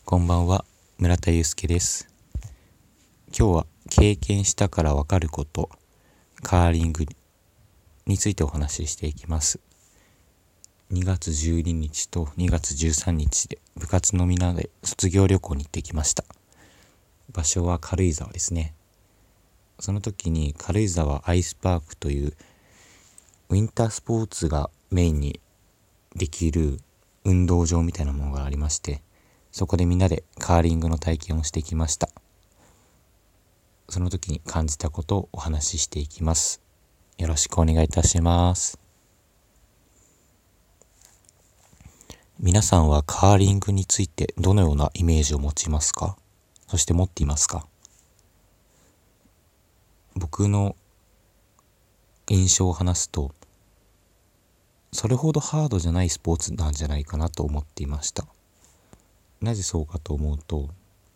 こんばんは、村田祐介です。今日は経験したからわかること、カーリングについてお話ししていきます。2月12日と2月13日で部活のみんなで卒業旅行に行ってきました。場所は軽井沢ですね。その時に軽井沢アイスパークというウィンタースポーツがメインにできる運動場みたいなものがありまして、そこでみんなでカーリングの体験をしてきました。その時に感じたことをお話ししていきます。よろしくお願いいたします。皆さんはカーリングについてどのようなイメージを持ちますか？そして持っていますか？僕の印象を話すと、それほどハードじゃないスポーツなんじゃないかなと思っていました。なぜそうかと思うと、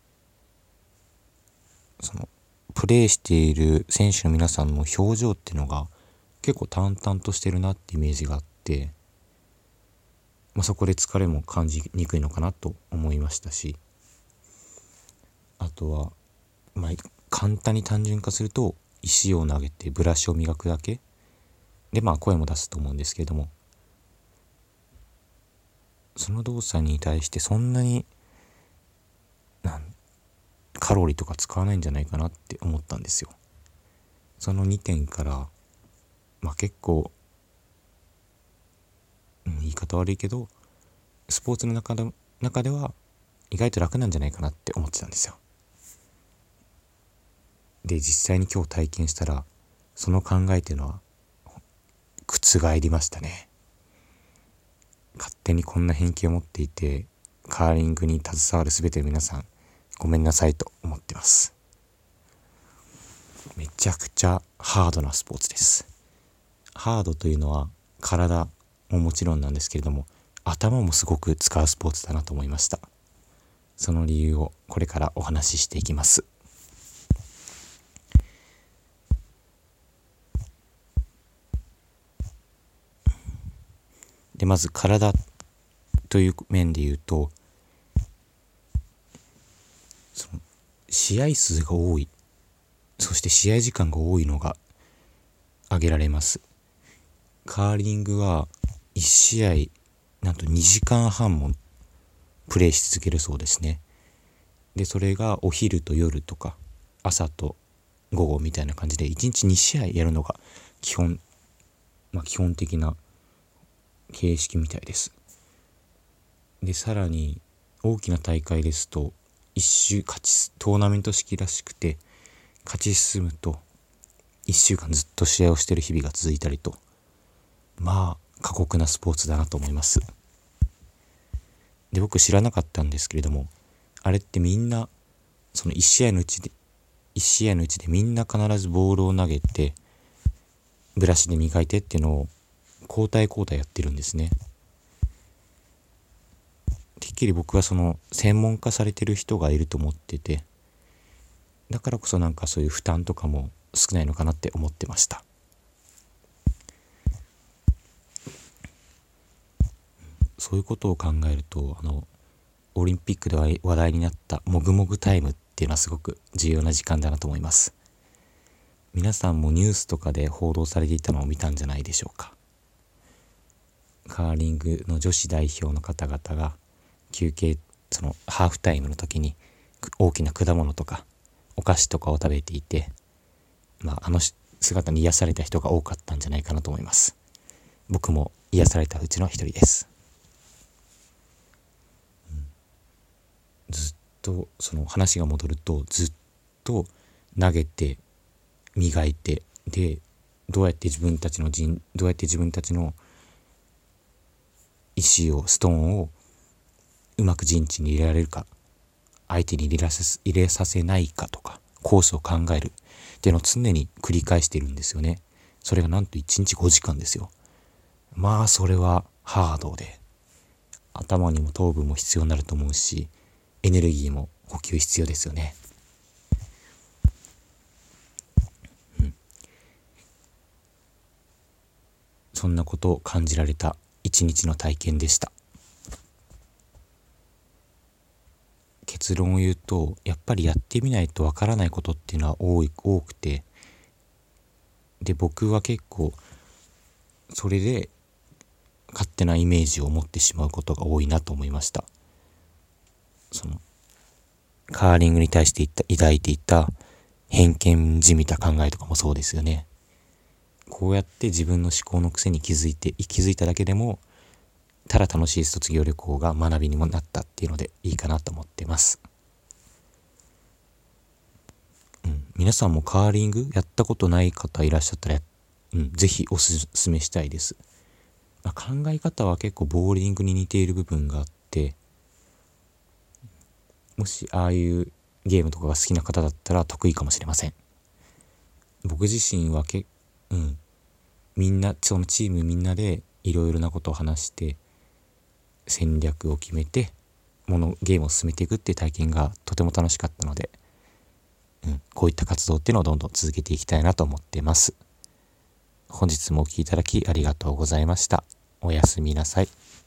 プレーしている選手の皆さんの表情っていうのが結構淡々としてるなってイメージがあって、そこで疲れも感じにくいのかなと思いましたし、あとは、簡単に単純化すると石を投げてブラシを磨くだけで声も出すと思うんですけれども、その動作に対してそんなにカロリーとか使わないんじゃないかなって思ったんですよ。その2点から、結構、言い方悪いけどスポーツの中では意外と楽なんじゃないかなって思ってたんですよ。で、実際に今日体験したらその考えっていうのは覆りましたね。勝手にこんな偏見を持っていて、カーリングに携わる全ての皆さんごめんなさいと思ってます。めちゃくちゃハードなスポーツです。ハードというのは体ももちろんなんですけれども、頭もすごく使うスポーツだなと思いました。その理由をこれからお話ししていきます。で、まず体という面で言うと、試合数が多い、そして試合時間が多いのが挙げられます。カーリングは1試合なんと2時間半もプレイし続けるそうですね。で、それがお昼と夜とか朝と午後みたいな感じで1日2試合やるのが基本的な形式みたいです。で、さらに大きな大会ですとトーナメント式らしくて、勝ち進むと1週間ずっと試合をしている日々が続いたりと、過酷なスポーツだなと思います。で、僕知らなかったんですけれども、あれってみんなその1試合のうちでみんな必ずボールを投げてブラシで磨いてっていうのを交代やってるんですね。てっきり僕はその専門化されてる人がいると思ってて、だからこそそういう負担とかも少ないのかなって思ってました。そういうことを考えると、オリンピックで話題になったもぐもぐタイムっていうのはすごく重要な時間だなと思います。皆さんもニュースとかで報道されていたのを見たんじゃないでしょうか。カーリングの女子代表の方々が休憩、そのハーフタイムの時に大きな果物とかお菓子とかを食べていて、あの姿に癒された人が多かったんじゃないかなと思います。僕も癒されたうちの一人です。ずっとその話が戻ると、ずっと投げて磨いて、でどうやって自分たちの石をストーンをうまく陣地に入れられるか、相手に入れさせないかとか、コースを考えるっていうのを常に繰り返しているんですよね。それがなんと1日5時間ですよ。それはハードで、頭にも糖分も必要になると思うし、エネルギーも補給必要ですよね。そんなことを感じられた一日の体験でした。 結論を言うと、やっぱりやってみないとわからないことっていうのは多くて、で僕は結構それで勝手なイメージを持ってしまうことが多いなと思いました。そのカーリングに対して抱いていた偏見じみた考えとかもそうですよね。こうやって自分の思考の癖に気づいただけでも、ただ楽しい卒業旅行が学びにもなったっていうのでいいかなと思ってます。皆さんもカーリングやったことない方いらっしゃったら、ぜひおすすめしたいです。考え方は結構ボーリングに似ている部分があって、もしああいうゲームとかが好きな方だったら得意かもしれません。僕自身はみんなそのチームみんなでいろいろなことを話して戦略を決めてゲームを進めていくっていう体験がとても楽しかったので、こういった活動っていうのをどんどん続けていきたいなと思っています。本日もお聞きいただきありがとうございました。おやすみなさい。